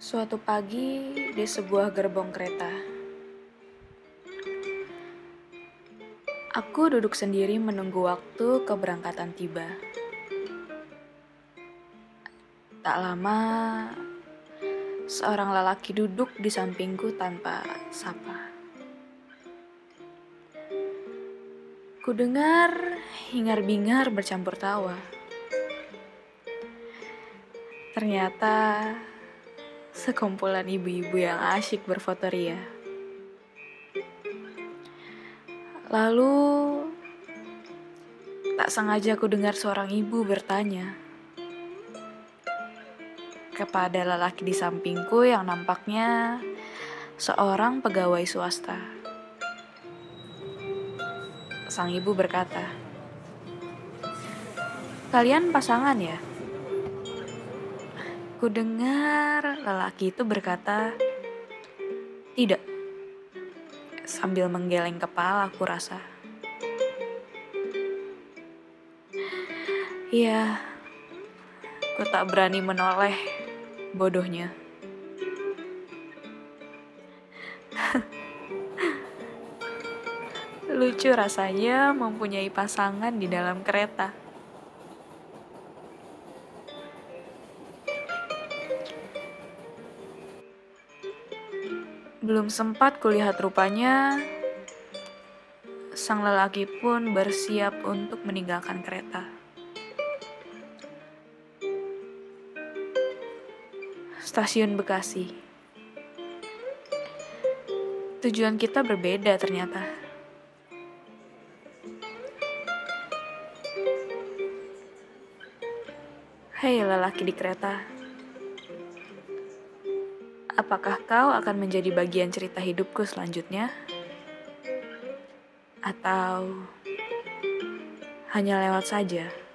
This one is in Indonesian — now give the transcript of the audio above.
Suatu pagi di sebuah gerbong kereta, aku duduk sendiri menunggu waktu keberangkatan tiba. Tak lama, seorang lelaki duduk di sampingku tanpa sapa. Kudengar hingar-bingar bercampur tawa. Ternyata sekumpulan ibu-ibu yang asyik berfoto ria. Lalu, tak sengaja ku dengar seorang ibu bertanya kepada lelaki di sampingku yang nampaknya seorang pegawai swasta. Sang ibu berkata, "Kalian pasangan ya?" Ku dengar lelaki itu berkata, "Tidak." Sambil menggeleng kepala, aku rasa. Ya, ku tak berani menoleh, bodohnya. Lucu rasanya mempunyai pasangan di dalam kereta. Belum sempat kulihat rupanya, sang lelaki pun bersiap untuk meninggalkan kereta. Stasiun Bekasi. Tujuan kita berbeda ternyata. Hei lelaki di kereta, apakah kau akan menjadi bagian cerita hidupku selanjutnya? Atau hanya lewat saja?